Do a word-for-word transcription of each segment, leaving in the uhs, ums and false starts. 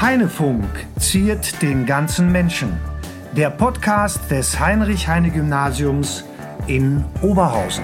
Heinefunk ziert den ganzen Menschen. Der Podcast des Heinrich-Heine-Gymnasiums in Oberhausen.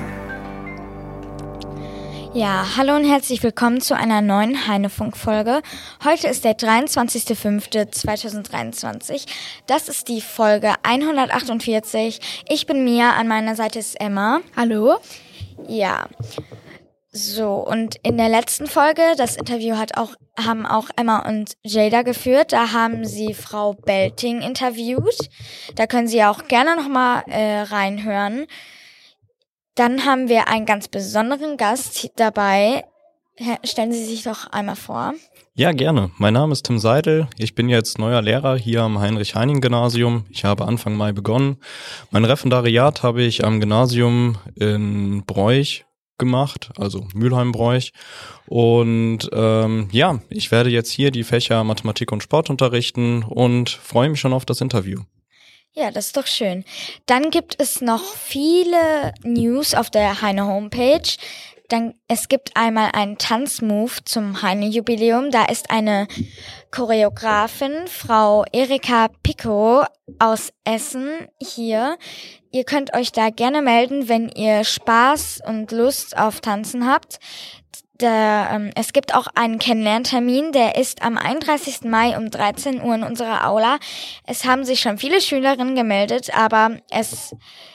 Ja, hallo und herzlich willkommen zu einer neuen Heinefunk-Folge. Heute ist der dreiundzwanzigster fünfter zweitausenddreiundzwanzig. Das ist die Folge hundertachtundvierzig. Ich bin Mia, an meiner Seite ist Emma. Hallo. Ja, so, und in der letzten Folge, das Interview hat auch, haben auch Emma und Jada geführt, da haben sie Frau Belting interviewt. Da können Sie auch gerne nochmal äh, reinhören. Dann haben wir einen ganz besonderen Gast dabei. Stellen Sie sich doch einmal vor. Ja, gerne. Mein Name ist Tim Seidel. Ich bin jetzt neuer Lehrer hier am Heinrich-Heine-Gymnasium. Ich habe Anfang Mai begonnen. Mein Referendariat habe ich am Gymnasium in Broich gemacht, also Mülheim-Broich. Und ähm, ja, ich werde jetzt hier die Fächer Mathematik und Sport unterrichten und freue mich schon auf das Interview. Ja, das ist doch schön. Dann gibt es noch viele News auf der Heine-Homepage. Dann, es gibt einmal einen Tanzmove zum Heine-Jubiläum. Da ist eine Choreografin, Frau Erika Pico aus Essen, hier. Ihr könnt euch da gerne melden, wenn ihr Spaß und Lust auf Tanzen habt. Der, ähm, es gibt auch einen Kennenlerntermin, der ist am einunddreißigsten Mai um dreizehn Uhr in unserer Aula. Es haben sich schon viele Schülerinnen gemeldet, aber es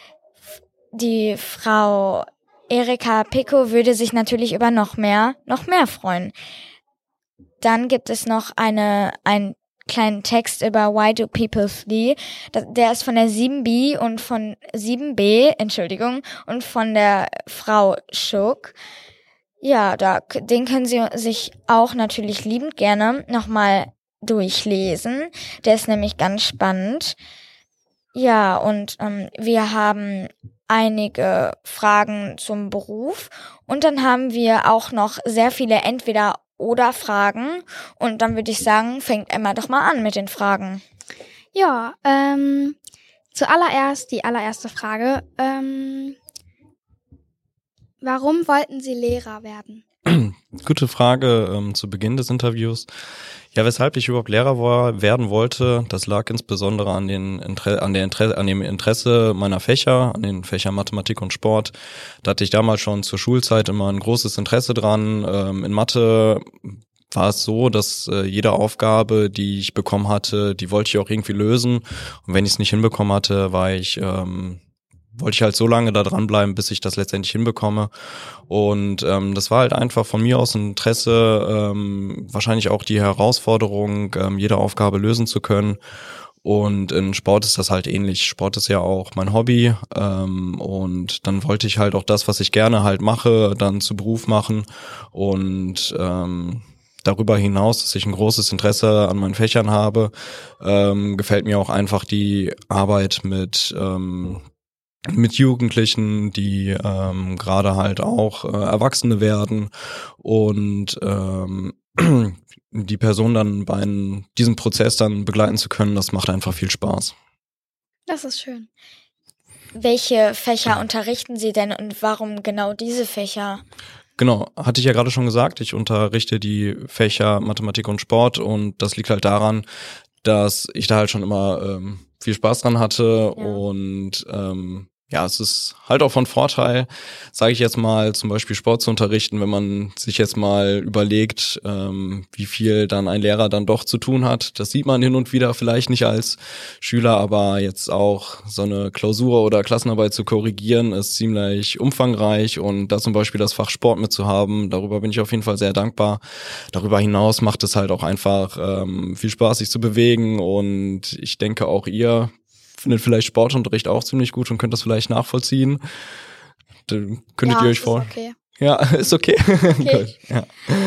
die Frau Erika Pico würde sich natürlich über noch mehr, noch mehr freuen. Dann gibt es noch eine, einen kleinen Text über Why Do People Flee. Der ist von der sieben B und von sieben B, Entschuldigung, und von der Frau Schuck. Ja, da, den können Sie sich auch natürlich liebend gerne nochmal durchlesen. Der ist nämlich ganz spannend. Ja, und ähm, wir haben einige Fragen zum Beruf und dann haben wir auch noch sehr viele Entweder-oder-Fragen und dann würde ich sagen, fängt Emma doch mal an mit den Fragen. Ja, ähm, zuallererst die allererste Frage. Ähm, warum wollten Sie Lehrer werden? Gute Frage ähm, zu Beginn des Interviews. Ja, weshalb ich überhaupt Lehrer war, werden wollte, das lag insbesondere an den Inter- an der Interesse, an dem Interesse meiner Fächer, an den Fächern Mathematik und Sport. Da hatte ich damals schon zur Schulzeit immer ein großes Interesse dran. Ähm, in Mathe war es so, dass äh, jede Aufgabe, die ich bekommen hatte, die wollte ich auch irgendwie lösen. Und wenn ich es nicht hinbekommen hatte, war ich ähm, wollte ich halt so lange da dranbleiben, bis ich das letztendlich hinbekomme. Und ähm, das war halt einfach von mir aus ein Interesse, ähm, wahrscheinlich auch die Herausforderung, ähm, jede Aufgabe lösen zu können. Und in Sport ist das halt ähnlich. Sport ist ja auch mein Hobby. Ähm, und dann wollte ich halt auch das, was ich gerne halt mache, dann zu Beruf machen. Und ähm, darüber hinaus, dass ich ein großes Interesse an meinen Fächern habe, ähm, gefällt mir auch einfach die Arbeit mit ähm, mit Jugendlichen, die ähm, gerade halt auch äh, Erwachsene werden und ähm, die Person dann bei einem, diesem Prozess dann begleiten zu können, das macht einfach viel Spaß. Das ist schön. Welche Fächer unterrichten Sie denn und warum genau diese Fächer? Genau, hatte ich ja gerade schon gesagt, ich unterrichte die Fächer Mathematik und Sport und das liegt halt daran, dass ich da halt schon immer ähm, viel Spaß dran hatte ja. und ähm, ja, es ist halt auch von Vorteil, sage ich jetzt mal, zum Beispiel Sport zu unterrichten, wenn man sich jetzt mal überlegt, ähm, wie viel dann ein Lehrer dann doch zu tun hat. Das sieht man hin und wieder vielleicht nicht als Schüler, aber jetzt auch so eine Klausur oder Klassenarbeit zu korrigieren, ist ziemlich umfangreich und da zum Beispiel das Fach Sport mitzuhaben, darüber bin ich auf jeden Fall sehr dankbar. Darüber hinaus macht es halt auch einfach ähm, viel Spaß, sich zu bewegen und ich denke auch ihr findet vielleicht Sportunterricht auch ziemlich gut und könnt das vielleicht nachvollziehen. Dann könntet ja, ihr euch vor. Okay. Ja, ist okay. okay. Gut, ja.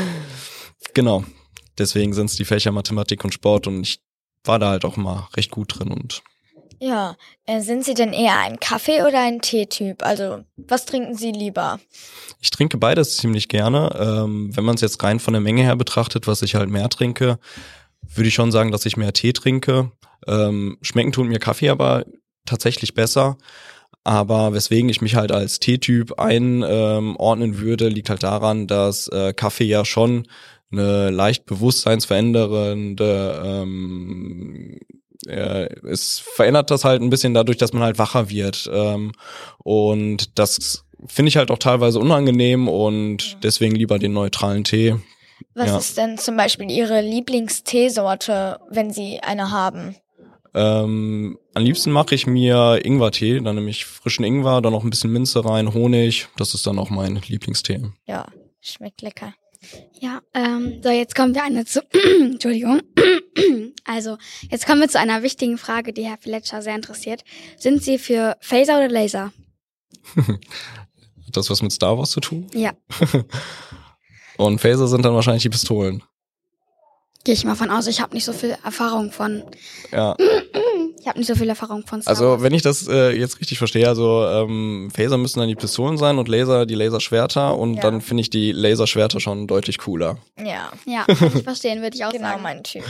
Genau. Deswegen sind es die Fächer Mathematik und Sport und ich war da halt auch immer recht gut drin und. Ja, äh, sind Sie denn eher ein Kaffee- oder ein Teetyp? Also, was trinken Sie lieber? Ich trinke beides ziemlich gerne. Ähm, wenn man es jetzt rein von der Menge her betrachtet, was ich halt mehr trinke, würde ich schon sagen, dass ich mehr Tee trinke. Ähm, schmecken tut mir Kaffee aber tatsächlich besser. Aber weswegen ich mich halt als Teetyp einordnen ähm, würde, liegt halt daran, dass äh, Kaffee ja schon eine leicht bewusstseinsverändernde, ähm, äh, es verändert das halt ein bisschen dadurch, dass man halt wacher wird. Ähm, und das finde ich halt auch teilweise unangenehm und ja. deswegen lieber den neutralen Tee. Was ja. ist denn zum Beispiel Ihre Lieblingsteesorte, wenn Sie eine haben? Ähm, am liebsten mache ich mir Ingwertee, dann nehme ich frischen Ingwer, dann noch ein bisschen Minze rein, Honig. Das ist dann auch mein Lieblingstee. Ja, schmeckt lecker. Ja, ähm, so jetzt kommen wir eine zu, Entschuldigung, also jetzt kommen wir zu einer wichtigen Frage, die Herr Fletcher sehr interessiert. Sind Sie für Phaser oder Laser? Hat das was mit Star Wars zu tun? Ja. Und Phaser sind dann wahrscheinlich die Pistolen. Gehe ich mal von aus, ich habe nicht so viel Erfahrung von, ja. ich habe nicht so viel Erfahrung von Star Also Wars. wenn ich das äh, jetzt richtig verstehe, also ähm, Phaser müssen dann die Pistolen sein und Laser die Laserschwerter und ja. dann finde ich die Laserschwerter schon deutlich cooler. Ja. Ja, kann ich verstehen, würde ich auch genau sagen. Genau mein Typ.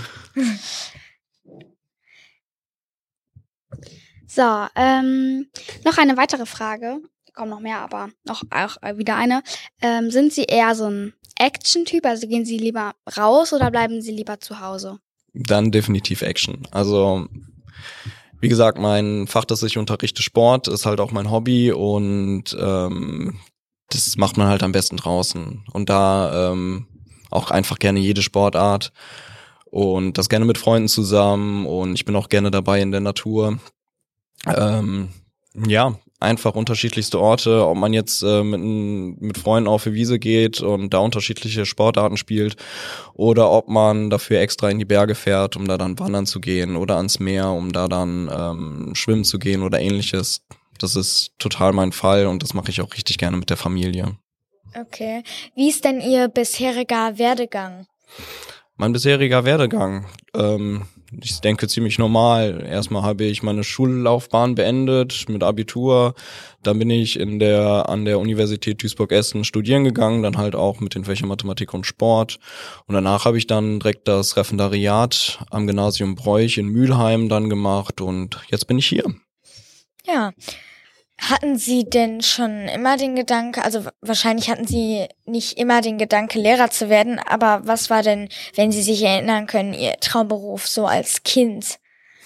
So, ähm, noch eine weitere Frage. Kommen noch mehr, aber noch auch wieder eine. Ähm, sind Sie eher so ein Action-Typ? Also gehen Sie lieber raus oder bleiben Sie lieber zu Hause? Dann definitiv Action. Also wie gesagt, mein Fach, das ich unterrichte, Sport, ist halt auch mein Hobby und ähm, das macht man halt am besten draußen. Und da ähm, auch einfach gerne jede Sportart und das gerne mit Freunden zusammen und ich bin auch gerne dabei in der Natur. Ähm, ja, einfach unterschiedlichste Orte, ob man jetzt äh, mit, mit Freunden auf die Wiese geht und da unterschiedliche Sportarten spielt oder ob man dafür extra in die Berge fährt, um da dann wandern zu gehen oder ans Meer, um da dann ähm, schwimmen zu gehen oder ähnliches. Das ist total mein Fall und das mache ich auch richtig gerne mit der Familie. Okay. Wie ist denn Ihr bisheriger Werdegang? Mein bisheriger Werdegang, ähm, ich denke ziemlich normal. Erstmal habe ich meine Schullaufbahn beendet mit Abitur. Dann bin ich in der an der Universität Duisburg-Essen studieren gegangen, dann halt auch mit den Fächern Mathematik und Sport. Und danach habe ich dann direkt das Referendariat am Gymnasium Broich in Mülheim dann gemacht und jetzt bin ich hier. Ja. Hatten Sie denn schon immer den Gedanke, also wahrscheinlich hatten Sie nicht immer den Gedanke, Lehrer zu werden, aber was war denn, wenn Sie sich erinnern können, Ihr Traumberuf so als Kind?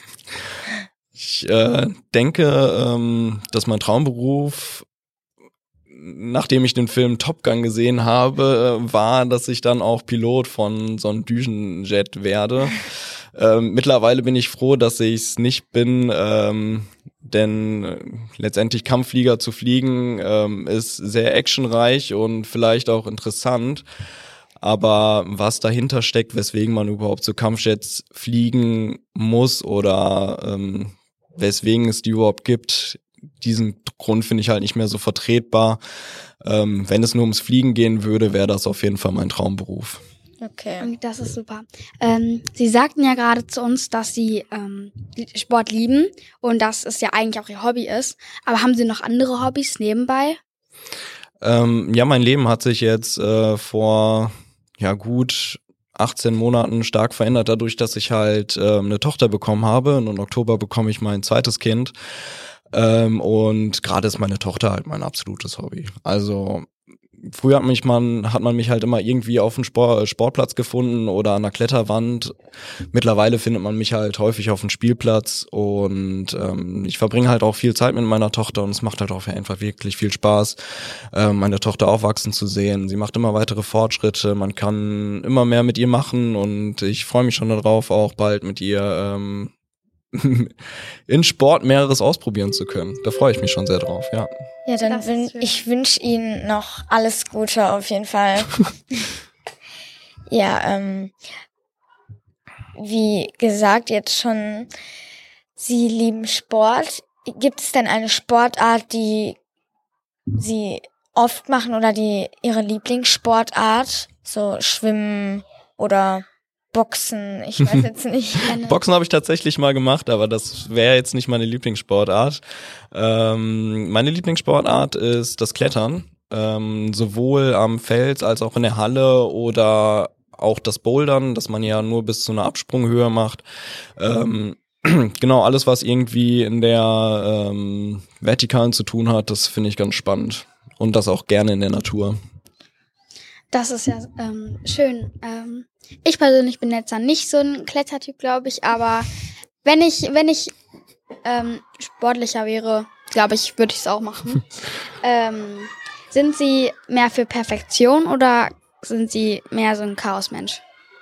Ich äh, denke, ähm, dass mein Traumberuf, nachdem ich den Film Top Gun gesehen habe, äh, war, dass ich dann auch Pilot von so einem Düsenjet werde. ähm, mittlerweile bin ich froh, dass ich es nicht bin, ähm, denn äh, letztendlich Kampfflieger zu fliegen ähm, ist sehr actionreich und vielleicht auch interessant. Aber was dahinter steckt, weswegen man überhaupt so Kampfjets fliegen muss oder ähm, weswegen es die überhaupt gibt, diesen Grund finde ich halt nicht mehr so vertretbar. Ähm, wenn es nur ums Fliegen gehen würde, wäre das auf jeden Fall mein Traumberuf. Okay. Und das ist super. Ähm, Sie sagten ja gerade zu uns, dass Sie ähm, Sport lieben und dass es ja eigentlich auch Ihr Hobby ist. Aber haben Sie noch andere Hobbys nebenbei? Ähm, ja, mein Leben hat sich jetzt äh, vor ja gut achtzehn Monaten stark verändert, dadurch, dass ich halt äh, eine Tochter bekommen habe. Und im Oktober bekomme ich mein zweites Kind. Ähm, und gerade ist meine Tochter halt mein absolutes Hobby. Also früher hat mich man hat man mich halt immer irgendwie auf dem Sport, Sportplatz gefunden oder an der Kletterwand. Mittlerweile findet man mich halt häufig auf dem Spielplatz und ähm, ich verbringe halt auch viel Zeit mit meiner Tochter und es macht halt auch einfach wirklich viel Spaß, äh, meine Tochter aufwachsen zu sehen. Sie macht immer weitere Fortschritte, man kann immer mehr mit ihr machen und ich freue mich schon darauf, auch bald mit ihr ähm, in Sport mehreres ausprobieren zu können. Da freue ich mich schon sehr drauf, ja. Ja, dann wün- ich wünsche Ihnen noch alles Gute auf jeden Fall. ja, ähm, wie gesagt, jetzt schon, Sie lieben Sport. Gibt es denn eine Sportart, die Sie oft machen oder die Ihre Lieblingssportart? So Schwimmen oder Boxen, ich weiß jetzt nicht. Boxen habe ich tatsächlich mal gemacht, aber das wäre jetzt nicht meine Lieblingssportart. Ähm, meine Lieblingssportart ist das Klettern, ähm, sowohl am Fels als auch in der Halle oder auch das Bouldern, das man ja nur bis zu einer Absprunghöhe macht. Ähm, genau, alles, was irgendwie in der ähm, Vertikalen zu tun hat, das finde ich ganz spannend und das auch gerne in der Natur. Das ist ja ähm, schön. Ähm, ich persönlich bin jetzt dann nicht so ein Klettertyp, glaube ich, aber wenn ich, wenn ich ähm, sportlicher wäre, glaube ich, würde ich es auch machen. ähm, sind Sie mehr für Perfektion oder sind Sie mehr so ein Chaosmensch?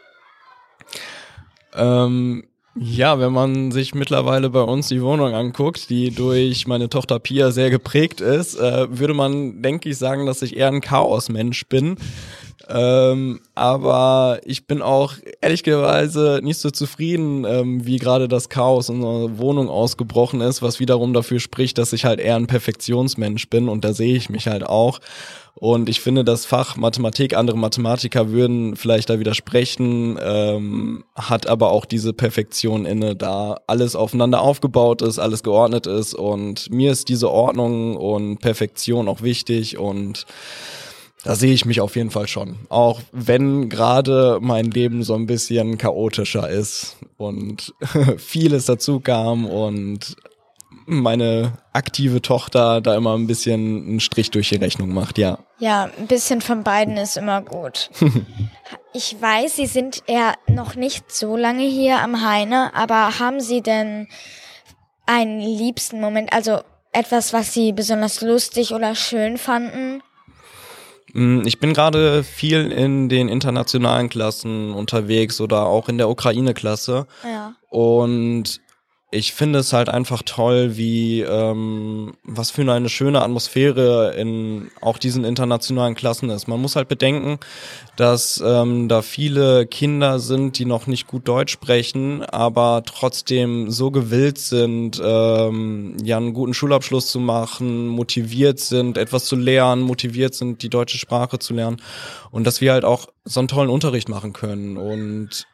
Ähm, ja, wenn man sich mittlerweile bei uns die Wohnung anguckt, die durch meine Tochter Pia sehr geprägt ist, äh, würde man, denke ich, sagen, dass ich eher ein Chaosmensch bin. Ähm, aber ich bin auch ehrlicherweise nicht so zufrieden, ähm, wie gerade das Chaos in unserer Wohnung ausgebrochen ist, was wiederum dafür spricht, dass ich halt eher ein Perfektionsmensch bin und da sehe ich mich halt auch. Und ich finde, das Fach Mathematik, andere Mathematiker würden vielleicht da widersprechen, ähm, hat aber auch diese Perfektion inne, da alles aufeinander aufgebaut ist, alles geordnet ist und mir ist diese Ordnung und Perfektion auch wichtig und da sehe ich mich auf jeden Fall schon. Auch wenn gerade mein Leben so ein bisschen chaotischer ist und vieles dazu kam und meine aktive Tochter da immer ein bisschen einen Strich durch die Rechnung macht, ja. Ja, ein bisschen von beiden ist immer gut. Ich weiß, Sie sind eher noch nicht so lange hier am Heine, aber haben Sie denn einen liebsten Moment, also etwas, was Sie besonders lustig oder schön fanden? Ich bin gerade viel in den internationalen Klassen unterwegs oder auch in der Ukraine-Klasse. Ja. Und ich finde es halt einfach toll, wie ähm, was für eine schöne Atmosphäre in auch diesen internationalen Klassen ist. Man muss halt bedenken, dass ähm, da viele Kinder sind, die noch nicht gut Deutsch sprechen, aber trotzdem so gewillt sind, ähm, ja einen guten Schulabschluss zu machen, motiviert sind, etwas zu lernen, motiviert sind, die deutsche Sprache zu lernen und dass wir halt auch so einen tollen Unterricht machen können und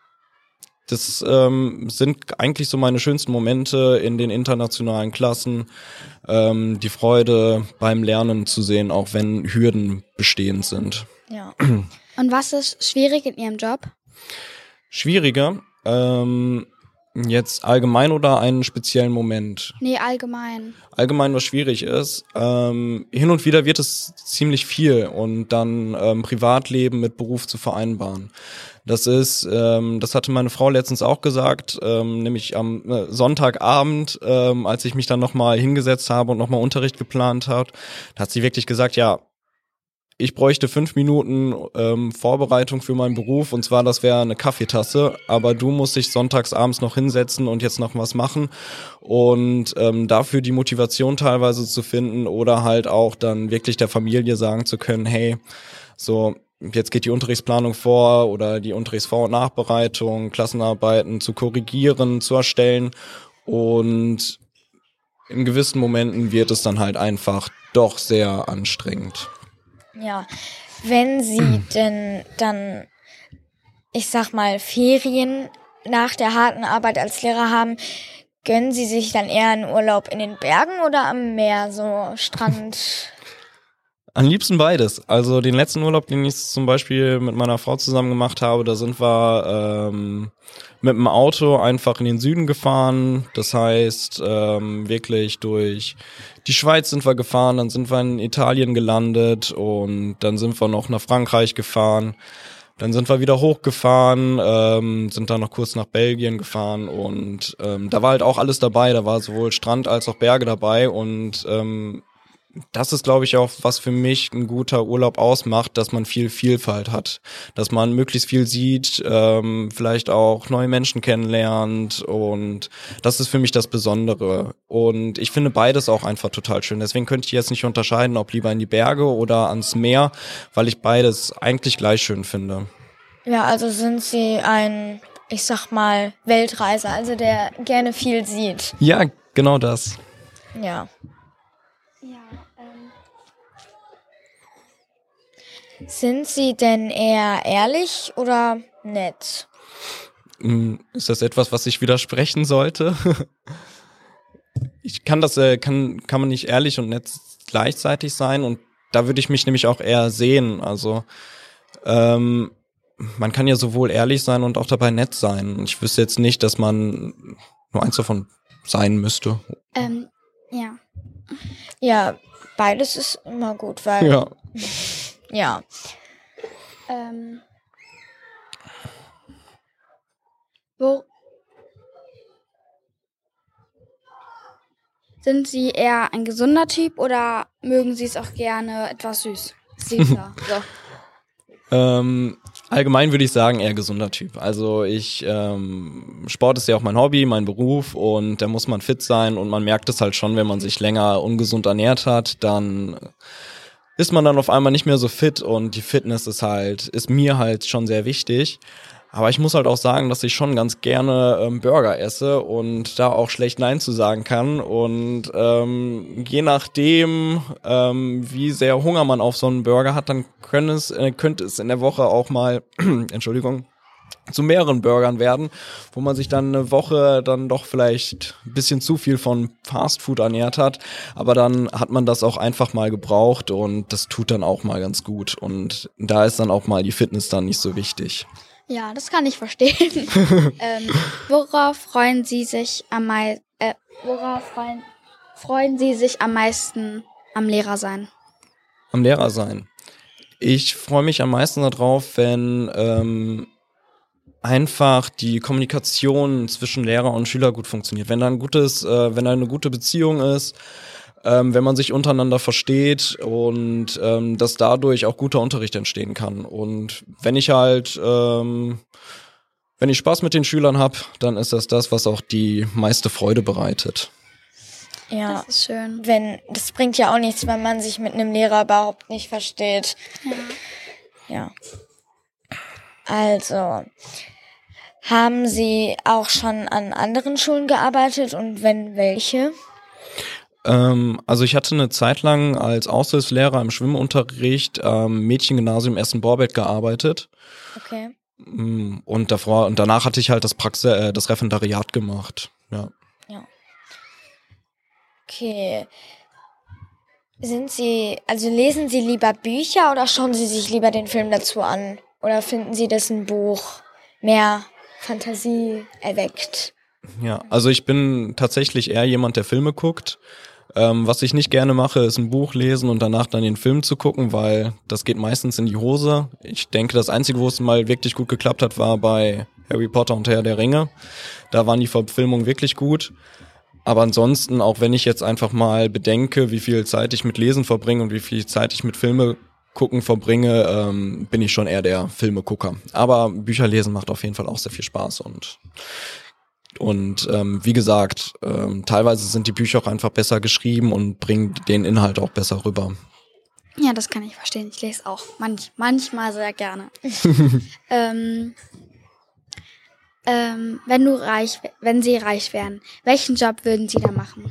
das ähm, sind eigentlich so meine schönsten Momente in den internationalen Klassen, ähm, die Freude beim Lernen zu sehen, auch wenn Hürden bestehend sind. Ja. Und was ist schwierig in Ihrem Job? Schwieriger? Ähm, jetzt allgemein oder einen speziellen Moment? Nee, allgemein. Allgemein, was schwierig ist, ähm, hin und wieder wird es ziemlich viel und dann ähm, Privatleben mit Beruf zu vereinbaren. Das ist, ähm, das hatte meine Frau letztens auch gesagt, ähm, nämlich am äh, Sonntagabend, ähm, als ich mich dann nochmal hingesetzt habe und nochmal Unterricht geplant habe, da hat sie wirklich gesagt, ja, ich bräuchte fünf Minuten ähm, Vorbereitung für meinen Beruf und zwar, das wäre eine Kaffeetasse, aber du musst dich sonntags abends noch hinsetzen und jetzt noch was machen und ähm, dafür die Motivation teilweise zu finden oder halt auch dann wirklich der Familie sagen zu können, hey, so jetzt geht die Unterrichtsplanung vor oder die Unterrichtsvor- und Nachbereitung, Klassenarbeiten zu korrigieren, zu erstellen und in gewissen Momenten wird es dann halt einfach doch sehr anstrengend. Ja, wenn Sie denn dann, ich sag mal, Ferien nach der harten Arbeit als Lehrer haben, gönnen Sie sich dann eher einen Urlaub in den Bergen oder am Meer, so Strand? Am liebsten beides. Also den letzten Urlaub, den ich zum Beispiel mit meiner Frau zusammen gemacht habe, da sind wir ähm, mit dem Auto einfach in den Süden gefahren. Das heißt, ähm, wirklich durch die Schweiz sind wir gefahren, dann sind wir in Italien gelandet und dann sind wir noch nach Frankreich gefahren. Dann sind wir wieder hochgefahren, ähm, sind dann noch kurz nach Belgien gefahren und ähm, da war halt auch alles dabei. Da war sowohl Strand als auch Berge dabei und ähm, das ist, glaube ich, auch, was für mich ein guter Urlaub ausmacht, dass man viel Vielfalt hat, dass man möglichst viel sieht, ähm, vielleicht auch neue Menschen kennenlernt und das ist für mich das Besondere. Und ich finde beides auch einfach total schön. Deswegen könnte ich jetzt nicht unterscheiden, ob lieber in die Berge oder ans Meer, weil ich beides eigentlich gleich schön finde. Ja, also sind Sie ein, ich sag mal, Weltreiser, also der gerne viel sieht. Ja, genau das. Ja. Ja, ähm. Sind Sie denn eher ehrlich oder nett? Ist das etwas, was ich widersprechen sollte? Ich kann das, äh, kann, kann man nicht ehrlich und nett gleichzeitig sein und da würde ich mich nämlich auch eher sehen. Also, ähm, man kann ja sowohl ehrlich sein und auch dabei nett sein. Ich wüsste jetzt nicht, dass man nur eins davon sein müsste. Ähm, ja. Ja, beides ist immer gut, weil... Ja. Ja. Ähm, wo sind Sie eher ein gesunder Typ oder mögen Sie es auch gerne etwas süß? Süßer. So. Ähm, allgemein würde ich sagen, eher gesunder Typ. Also ich, ähm, Sport ist ja auch mein Hobby, mein Beruf und da muss man fit sein und man merkt es halt schon, wenn man sich länger ungesund ernährt hat, dann ist man dann auf einmal nicht mehr so fit und die Fitness ist halt, ist mir halt schon sehr wichtig. Aber ich muss halt auch sagen, dass ich schon ganz gerne ähm, Burger esse und da auch schlecht Nein zu sagen kann. Und ähm, je nachdem, ähm, wie sehr Hunger man auf so einen Burger hat, dann könnte es, äh, könnte es in der Woche auch mal, Entschuldigung, zu mehreren Burgern werden, wo man sich dann eine Woche dann doch vielleicht ein bisschen zu viel von Fastfood ernährt hat. Aber dann hat man das auch einfach mal gebraucht und das tut dann auch mal ganz gut. Und da ist dann auch mal die Fitness dann nicht so wichtig. Ja, das kann ich verstehen. ähm, worauf freuen Sie sich am mei- äh, worauf freuen, freuen Sie sich am meisten am Lehrer sein? Am Lehrer sein. Ich freue mich am meisten darauf, wenn ähm, einfach die Kommunikation zwischen Lehrer und Schüler gut funktioniert. Wenn da ein gutes, äh, wenn da eine gute Beziehung ist, ähm, wenn man sich untereinander versteht und ähm, dass dadurch auch guter Unterricht entstehen kann. Und wenn ich halt, ähm, wenn ich Spaß mit den Schülern habe, dann ist das das, was auch die meiste Freude bereitet. Ja, Das ist schön. wenn, das bringt ja auch nichts, wenn man sich mit einem Lehrer überhaupt nicht versteht. Ja. Ja. Also, haben Sie auch schon an anderen Schulen gearbeitet und wenn welche? Ähm, also ich hatte eine Zeit lang als Aushilfslehrer im Schwimmunterricht am Mädchengymnasium Essen-Borbeck gearbeitet. Okay. Und davor und danach hatte ich halt das Praxis, äh, das Referendariat gemacht. Ja. Ja. Okay. Sind Sie, also lesen Sie lieber Bücher oder schauen Sie sich lieber den Film dazu an? Oder finden Sie, dass ein Buch mehr Fantasie erweckt? Ja, also ich bin tatsächlich eher jemand, der Filme guckt. Ähm, was ich nicht gerne mache, ist ein Buch lesen und danach dann den Film zu gucken, weil das geht meistens in die Hose. Ich denke, das Einzige, wo es mal wirklich gut geklappt hat, war bei Harry Potter und Herr der Ringe. Da waren die Verfilmungen wirklich gut. Aber ansonsten, auch wenn ich jetzt einfach mal bedenke, wie viel Zeit ich mit Lesen verbringe und wie viel Zeit ich mit Filme gucken verbringe, ähm, bin ich schon eher der Filmegucker. Aber Bücher lesen macht auf jeden Fall auch sehr viel Spaß und Und ähm, wie gesagt, ähm, teilweise sind die Bücher auch einfach besser geschrieben und bringen den Inhalt auch besser rüber. Ja, das kann ich verstehen. Ich lese auch manch, manchmal sehr gerne. ähm, ähm, wenn du reich, wenn Sie reich wären, welchen Job würden Sie da machen?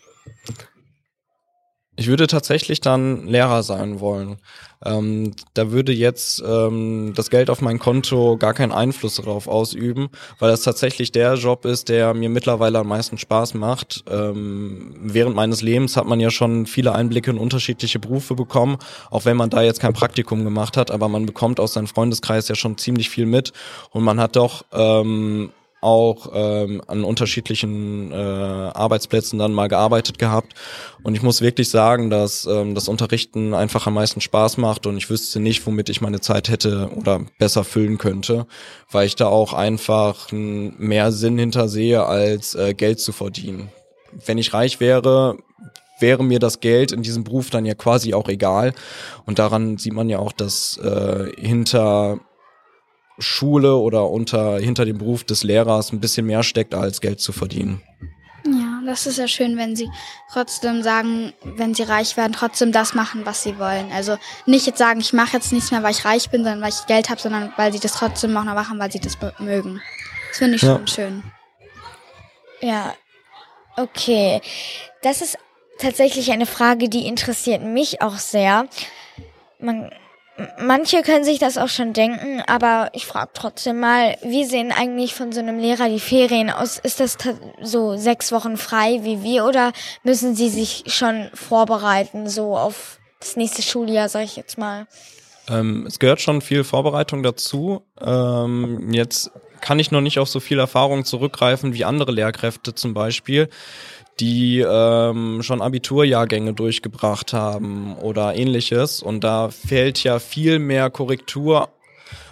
Ich würde tatsächlich dann Lehrer sein wollen. Ähm, da würde jetzt ähm, das Geld auf mein Konto gar keinen Einfluss darauf ausüben, weil das tatsächlich der Job ist, der mir mittlerweile am meisten Spaß macht. Ähm, während meines Lebens hat man ja schon viele Einblicke in unterschiedliche Berufe bekommen, auch wenn man da jetzt kein Praktikum gemacht hat, aber man bekommt aus seinem Freundeskreis ja schon ziemlich viel mit und man hat doch ähm, auch ähm, an unterschiedlichen äh, Arbeitsplätzen dann mal gearbeitet gehabt und ich muss wirklich sagen, dass ähm, das Unterrichten einfach am meisten Spaß macht und ich wüsste nicht, womit ich meine Zeit hätte oder besser füllen könnte, weil ich da auch einfach n- mehr Sinn hintersehe, als äh, Geld zu verdienen. Wenn ich reich wäre, wäre mir das Geld in diesem Beruf dann ja quasi auch egal und daran sieht man ja auch, dass äh, hinter Schule oder unter hinter dem Beruf des Lehrers ein bisschen mehr steckt, als Geld zu verdienen. Ja, das ist ja schön, wenn Sie trotzdem sagen, wenn Sie reich werden, trotzdem das machen, was Sie wollen. Also nicht jetzt sagen, ich mache jetzt nichts mehr, weil ich reich bin, sondern weil ich Geld habe, sondern weil Sie das trotzdem auch noch machen, weil Sie das mögen. Das finde ich Ja. schon schön. Ja, okay. Das ist tatsächlich eine Frage, die interessiert mich auch sehr. Man, manche können sich das auch schon denken, aber ich frage trotzdem mal, wie sehen eigentlich von so einem Lehrer die Ferien aus? Ist das ta- so sechs Wochen frei wie wir oder müssen sie sich schon vorbereiten, so auf das nächste Schuljahr, sag ich jetzt mal? Ähm, es gehört schon viel Vorbereitung dazu. Ähm, jetzt kann ich noch nicht auf so viel Erfahrung zurückgreifen wie andere Lehrkräfte zum Beispiel, die ähm, schon Abiturjahrgänge durchgebracht haben oder ähnliches. Und da fällt ja viel mehr Korrektur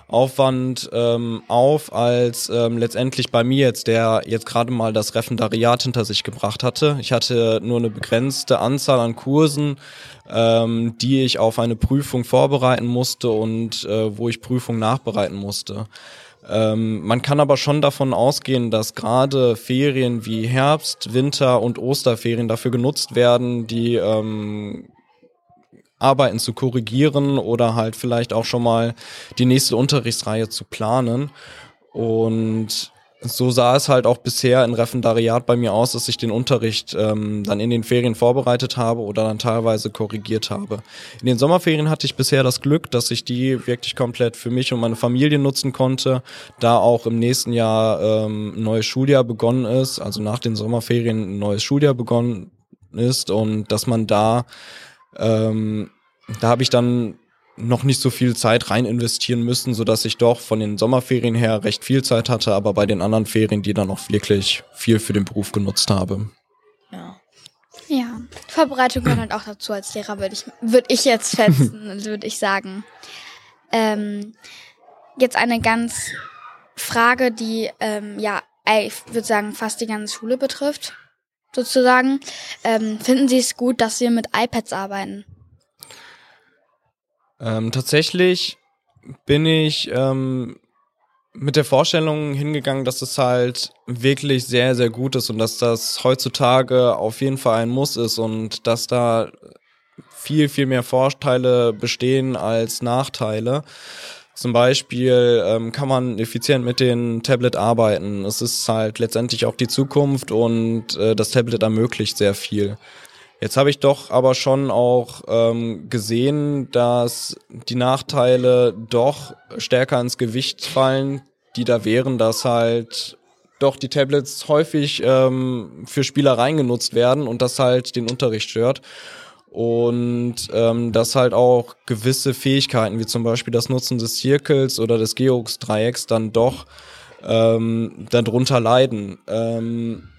Aufwand ähm, auf, als ähm, letztendlich bei mir jetzt, der jetzt gerade mal das Referendariat hinter sich gebracht hatte. Ich hatte nur eine begrenzte Anzahl an Kursen, ähm, die ich auf eine Prüfung vorbereiten musste und äh, wo ich Prüfung nachbereiten musste. Ähm, man kann aber schon davon ausgehen, dass gerade Ferien wie Herbst, Winter und Osterferien dafür genutzt werden, die ähm, Arbeiten zu korrigieren oder halt vielleicht auch schon mal die nächste Unterrichtsreihe zu planen. Und so sah es halt auch bisher im Referendariat bei mir aus, dass ich den Unterricht ähm, dann in den Ferien vorbereitet habe oder dann teilweise korrigiert habe. In den Sommerferien hatte ich bisher das Glück, dass ich die wirklich komplett für mich und meine Familie nutzen konnte, da auch im nächsten Jahr ähm, ein neues Schuljahr begonnen ist, also nach den Sommerferien ein neues Schuljahr begonnen ist und dass man da Ähm, da habe ich dann noch nicht so viel Zeit rein investieren müssen, sodass ich doch von den Sommerferien her recht viel Zeit hatte, aber bei den anderen Ferien, die dann auch wirklich viel für den Beruf genutzt habe. Ja. Ja, Vorbereitung gehört halt auch dazu als Lehrer, würde ich, würd ich jetzt schätzen, also würde ich sagen. Ähm, jetzt eine ganz Frage, die, ähm, ja, ich würde sagen, fast die ganze Schule betrifft. Sozusagen. Ähm, finden Sie es gut, dass wir mit iPads arbeiten? Ähm, tatsächlich bin ich ähm, mit der Vorstellung hingegangen, dass es halt wirklich sehr, sehr gut ist und dass das heutzutage auf jeden Fall ein Muss ist und dass da viel, viel mehr Vorteile bestehen als Nachteile. Zum Beispiel ähm, kann man effizient mit dem Tablet arbeiten. Es ist halt letztendlich auch die Zukunft und äh, das Tablet ermöglicht sehr viel. Jetzt habe ich doch aber schon auch ähm, gesehen, dass die Nachteile doch stärker ins Gewicht fallen, die da wären, dass halt doch die Tablets häufig ähm, für Spielereien genutzt werden und das halt den Unterricht stört. Und ähm, dass halt auch gewisse Fähigkeiten, wie zum Beispiel das Nutzen des Zirkels oder des Geodreiecks, dann doch ähm, darunter leiden. Ähm,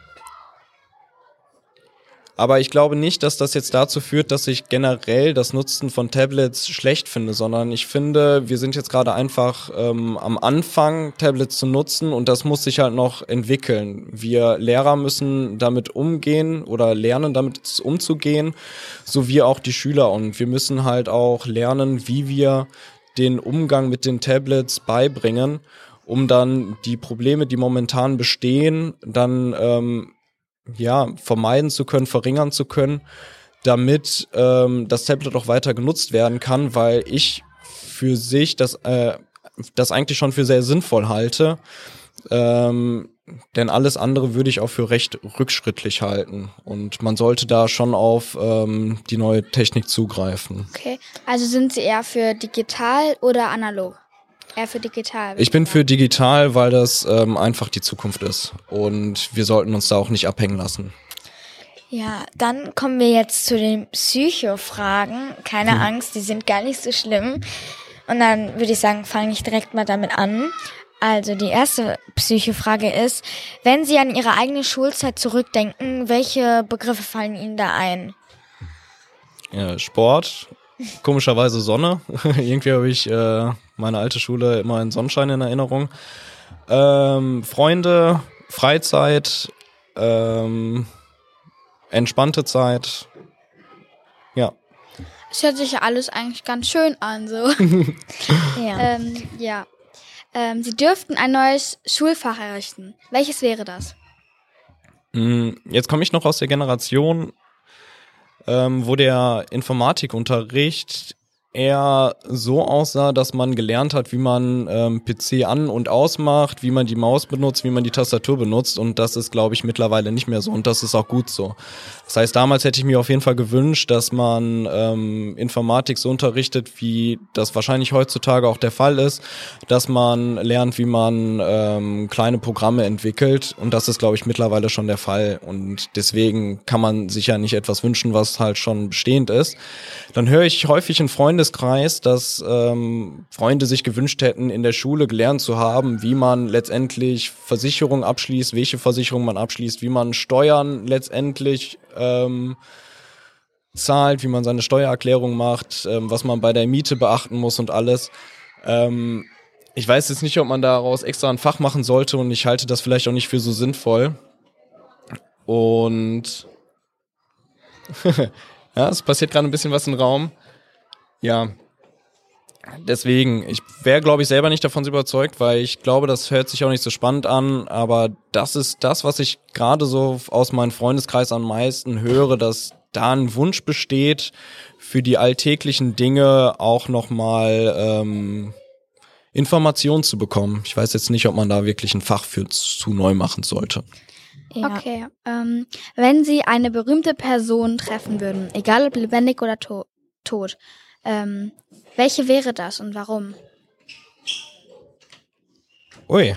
aber ich glaube nicht, dass das jetzt dazu führt, dass ich generell das Nutzen von Tablets schlecht finde, sondern ich finde, wir sind jetzt gerade einfach ähm, am Anfang, Tablets zu nutzen und das muss sich halt noch entwickeln. Wir Lehrer müssen damit umgehen oder lernen, damit umzugehen, sowie auch die Schüler. Und wir müssen halt auch lernen, wie wir den Umgang mit den Tablets beibringen, um dann die Probleme, die momentan bestehen, dann ähm, ja, vermeiden zu können, verringern zu können, damit ähm, das Tablet auch weiter genutzt werden kann, weil ich für sich das, äh, das eigentlich schon für sehr sinnvoll halte, ähm, denn alles andere würde ich auch für recht rückschrittlich halten und man sollte da schon auf ähm, die neue Technik zugreifen. Okay, also sind Sie eher für digital oder analog? Eher für digital. Ich bin für digital, weil das ähm, einfach die Zukunft ist und wir sollten uns da auch nicht abhängen lassen. Ja, dann kommen wir jetzt zu den Psycho-Fragen. Keine hm. Angst, die sind gar nicht so schlimm. Und dann würde ich sagen, fange ich direkt mal damit an. Also die erste Psycho-Frage ist, wenn Sie an Ihre eigene Schulzeit zurückdenken, welche Begriffe fallen Ihnen da ein? Ja, Sport, komischerweise Sonne. Irgendwie habe ich äh, meine alte Schule immer in Sonnenschein in Erinnerung. Ähm, Freunde, Freizeit, ähm, entspannte Zeit. Ja. Es hört sich ja alles eigentlich ganz schön an, so. Ja. Ähm, ja. Ähm, Sie dürften ein neues Schulfach errichten. Welches wäre das? Jetzt komme ich noch aus der Generation, ähm, wo der Informatikunterricht eher so aussah, dass man gelernt hat, wie man ähm, P C an- und ausmacht, wie man die Maus benutzt, wie man die Tastatur benutzt und das ist, glaube ich, mittlerweile nicht mehr so und das ist auch gut so. Das heißt, damals hätte ich mir auf jeden Fall gewünscht, dass man ähm, Informatik so unterrichtet, wie das wahrscheinlich heutzutage auch der Fall ist, dass man lernt, wie man ähm, kleine Programme entwickelt und das ist, glaube ich, mittlerweile schon der Fall und deswegen kann man sich ja nicht etwas wünschen, was halt schon bestehend ist. Dann höre ich häufig in Freunden Kreis, dass ähm, Freunde sich gewünscht hätten, in der Schule gelernt zu haben, wie man letztendlich Versicherungen abschließt, welche Versicherungen man abschließt, wie man Steuern letztendlich ähm, zahlt, wie man seine Steuererklärung macht, ähm, was man bei der Miete beachten muss und alles. Ähm, ich weiß jetzt nicht, ob man daraus extra ein Fach machen sollte und ich halte das vielleicht auch nicht für so sinnvoll. Und ja, es passiert gerade ein bisschen was im Raum. Ja, deswegen, ich wäre, glaube ich, selber nicht davon überzeugt, weil ich glaube, das hört sich auch nicht so spannend an, aber das ist das, was ich gerade so aus meinem Freundeskreis am meisten höre, dass da ein Wunsch besteht, für die alltäglichen Dinge auch nochmal ähm, Informationen zu bekommen. Ich weiß jetzt nicht, ob man da wirklich ein Fach für zu neu machen sollte. Ja. Okay, ähm, wenn Sie eine berühmte Person treffen würden, egal ob lebendig oder to- tot, ähm, welche wäre das und warum? Ui.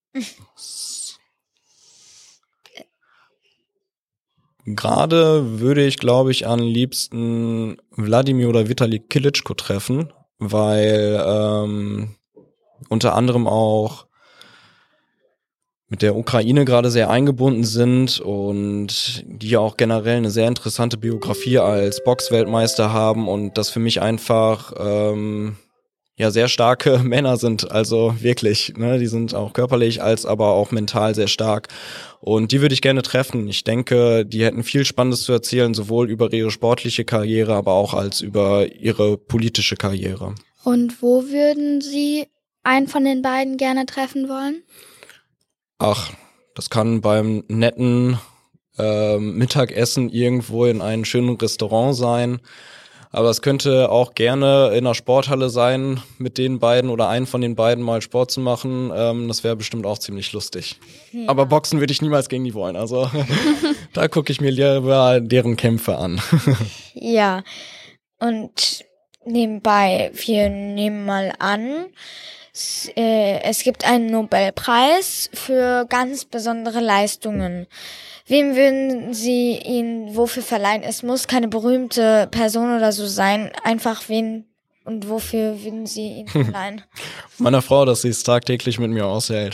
Gerade würde ich, glaube ich, am liebsten Wladimir oder Vitali Klitschko treffen, weil ähm, unter anderem auch mit der Ukraine gerade sehr eingebunden sind und die auch generell eine sehr interessante Biografie als Boxweltmeister haben und das für mich einfach ähm, ja sehr starke Männer sind, also wirklich, ne, die sind auch körperlich als aber auch mental sehr stark und die würde ich gerne treffen. Ich denke, die hätten viel Spannendes zu erzählen, sowohl über ihre sportliche Karriere, aber auch als über ihre politische Karriere. Und wo würden Sie einen von den beiden gerne treffen wollen? Ach, das kann beim netten ähm, Mittagessen irgendwo in einem schönen Restaurant sein. Aber es könnte auch gerne in einer Sporthalle sein, mit den beiden oder einen von den beiden mal Sport zu machen. Ähm, das wäre bestimmt auch ziemlich lustig. Ja. Aber Boxen würde ich niemals gegen die wollen. Also da gucke ich mir lieber deren Kämpfe an. Ja, und nebenbei, wir nehmen mal an, es, äh, es gibt einen Nobelpreis für ganz besondere Leistungen. Wem würden Sie ihn wofür verleihen? Es muss keine berühmte Person oder so sein. Einfach wen und wofür würden Sie ihn verleihen? Meiner Frau, dass sie es tagtäglich mit mir aushält.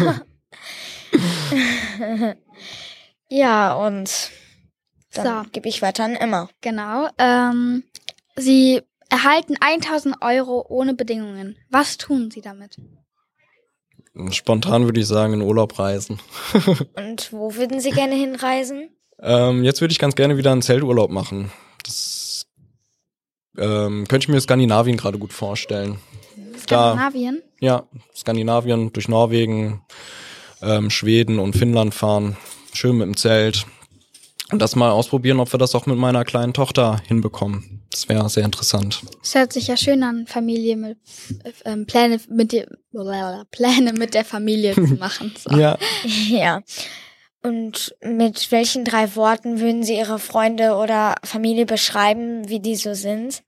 Ja, und dann So. gebe ich weiter an Emma. Genau. Ähm, Sie erhalten tausend Euro ohne Bedingungen. Was tun Sie damit? Spontan würde ich sagen, in Urlaub reisen. Und wo würden Sie gerne hinreisen? Ähm, jetzt würde ich ganz gerne wieder einen Zelturlaub machen. Das ähm, könnte ich mir Skandinavien gerade gut vorstellen. Skandinavien? Da, ja, Skandinavien, durch Norwegen, ähm, Schweden und Finnland fahren. Schön mit dem Zelt. Und das mal ausprobieren, ob wir das auch mit meiner kleinen Tochter hinbekommen. Das wäre sehr interessant. Es hört sich ja schön an, Familie mit ähm, Pläne mit der Pläne mit der Familie zu machen. So. Ja. Ja. Und mit welchen drei Worten würden Sie Ihre Freunde oder Familie beschreiben, wie die so sind?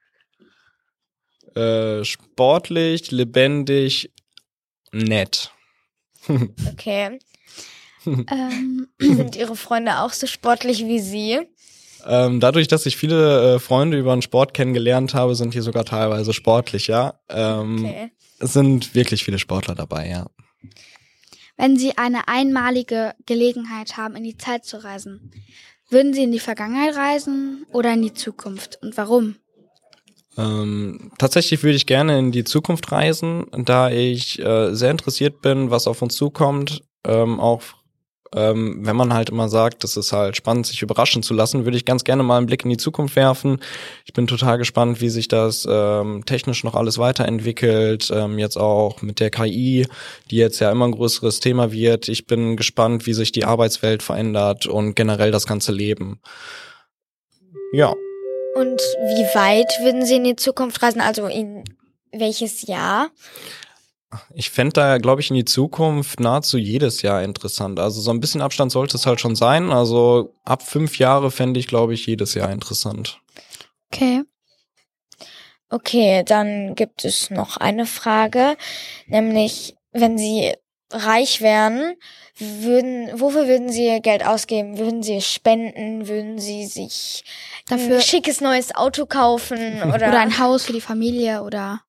Äh, sportlich, lebendig, nett. Okay. Ähm, Sind Ihre Freunde auch so sportlich wie Sie? Ähm, dadurch, dass ich viele äh, Freunde über den Sport kennengelernt habe, sind hier sogar teilweise sportlich, ja. Ähm, Okay. Es sind wirklich viele Sportler dabei, ja. wenn Sie eine einmalige Gelegenheit haben, in die Zeit zu reisen, würden Sie in die Vergangenheit reisen oder in die Zukunft? Und warum? Ähm, tatsächlich würde ich gerne in die Zukunft reisen, da ich äh, sehr interessiert bin, was auf uns zukommt, ähm, auch Ähm, wenn man halt immer sagt, es ist halt spannend, sich überraschen zu lassen, würde ich ganz gerne mal einen Blick in die Zukunft werfen. Ich bin total gespannt, wie sich das ähm, technisch noch alles weiterentwickelt, ähm, jetzt auch mit der K I, die jetzt ja immer ein größeres Thema wird. Ich bin gespannt, wie sich die Arbeitswelt verändert und generell das ganze Leben. Ja. Und wie weit würden Sie in die Zukunft reisen? Also in welches Jahr? Ich fände da, glaube ich, in die Zukunft nahezu jedes Jahr interessant. Also so ein bisschen Abstand sollte es halt schon sein. Also ab fünf Jahre fände ich, glaube ich, jedes Jahr interessant. Okay. Okay, dann gibt es noch eine Frage, nämlich wenn Sie reich wären, würden, wofür würden Sie Ihr Geld ausgeben? Würden Sie es spenden? Würden Sie sich Dafür ein schickes neues Auto kaufen? Oder, oder ein Haus für die Familie oder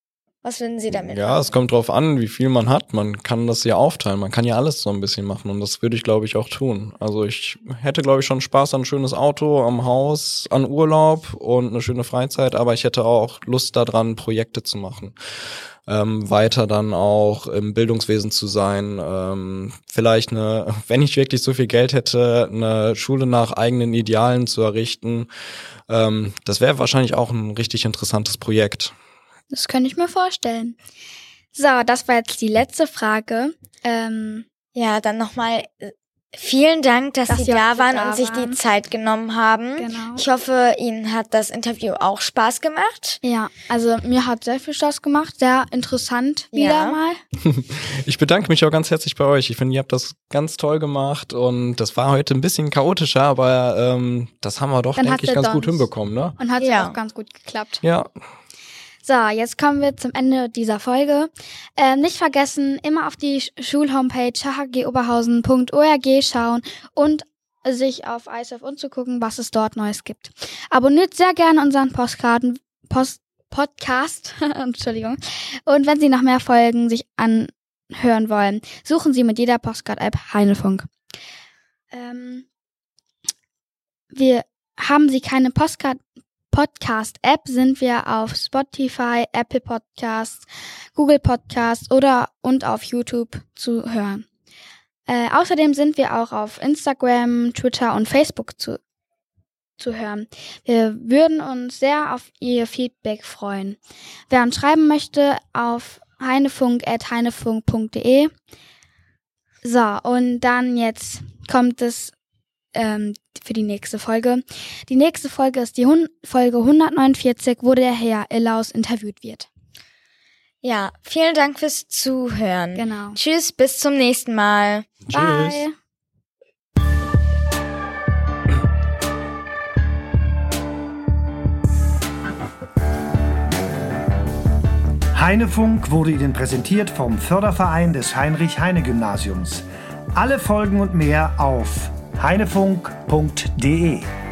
Was würden Sie damit Ja, machen? es kommt drauf an, wie viel man hat. Man kann das ja aufteilen. Man kann ja alles so ein bisschen machen und das würde ich, glaube ich, auch tun. Also ich hätte, glaube ich, schon Spaß an ein schönes Auto, am Haus, an Urlaub und eine schöne Freizeit, aber ich hätte auch Lust daran, Projekte zu machen. Ähm, weiter dann auch im Bildungswesen zu sein. Ähm, vielleicht eine, wenn ich wirklich so viel Geld hätte, eine Schule nach eigenen Idealen zu errichten. Ähm, das wäre wahrscheinlich auch ein richtig interessantes Projekt. Das könnte ich mir vorstellen. So, das war jetzt die letzte Frage. Ähm, Ja, dann nochmal äh, vielen Dank, dass, Dass Sie Sie da heute waren da und sich die waren. Zeit genommen haben. genau. Ich hoffe, Ihnen hat das Interview auch Spaß gemacht. Ja, also mir hat sehr viel Spaß gemacht. Sehr interessant wieder Ja. mal. Ich bedanke mich auch ganz herzlich bei euch. Ich finde, ihr habt das ganz toll gemacht und das war heute ein bisschen chaotischer, aber ähm, das haben wir doch, Dann denke hat's ich, ja ganz doch gut hinbekommen, ne? Und hat Ja. auch ganz gut geklappt. Ja, So, jetzt kommen wir zum Ende dieser Folge. Ähm, nicht vergessen, immer auf die Sch- Schulhomepage h h g oberhausen punkt org schauen und sich auf I S F umzugucken, was es dort Neues gibt. Abonniert sehr gerne unseren Postkarten, Post, Podcast, Entschuldigung. Und wenn Sie noch mehr Folgen sich anhören wollen, suchen Sie mit jeder Postcard-App Heinefunk. Ähm, wir haben Sie keine Postcard Podcast-App, sind wir auf Spotify, Apple Podcasts, Google Podcasts oder und auf YouTube zu hören. Äh, außerdem sind wir auch auf Instagram, Twitter und Facebook zu, zu hören. Wir würden uns sehr auf Ihr Feedback freuen. Wer uns schreiben möchte, auf heinefunk at heinefunk punkt de. So, und dann jetzt kommt es ähm, für die nächste Folge. Die nächste Folge ist die Hun- Folge hundertneunundvierzig, wo der Herr Illaus interviewt wird. Ja, vielen Dank fürs Zuhören. Genau. Tschüss, bis zum nächsten Mal. tschüss. Bye. Heinefunk wurde Ihnen präsentiert vom Förderverein des Heinrich-Heine-Gymnasiums. Alle Folgen und mehr auf heinefunk punkt de.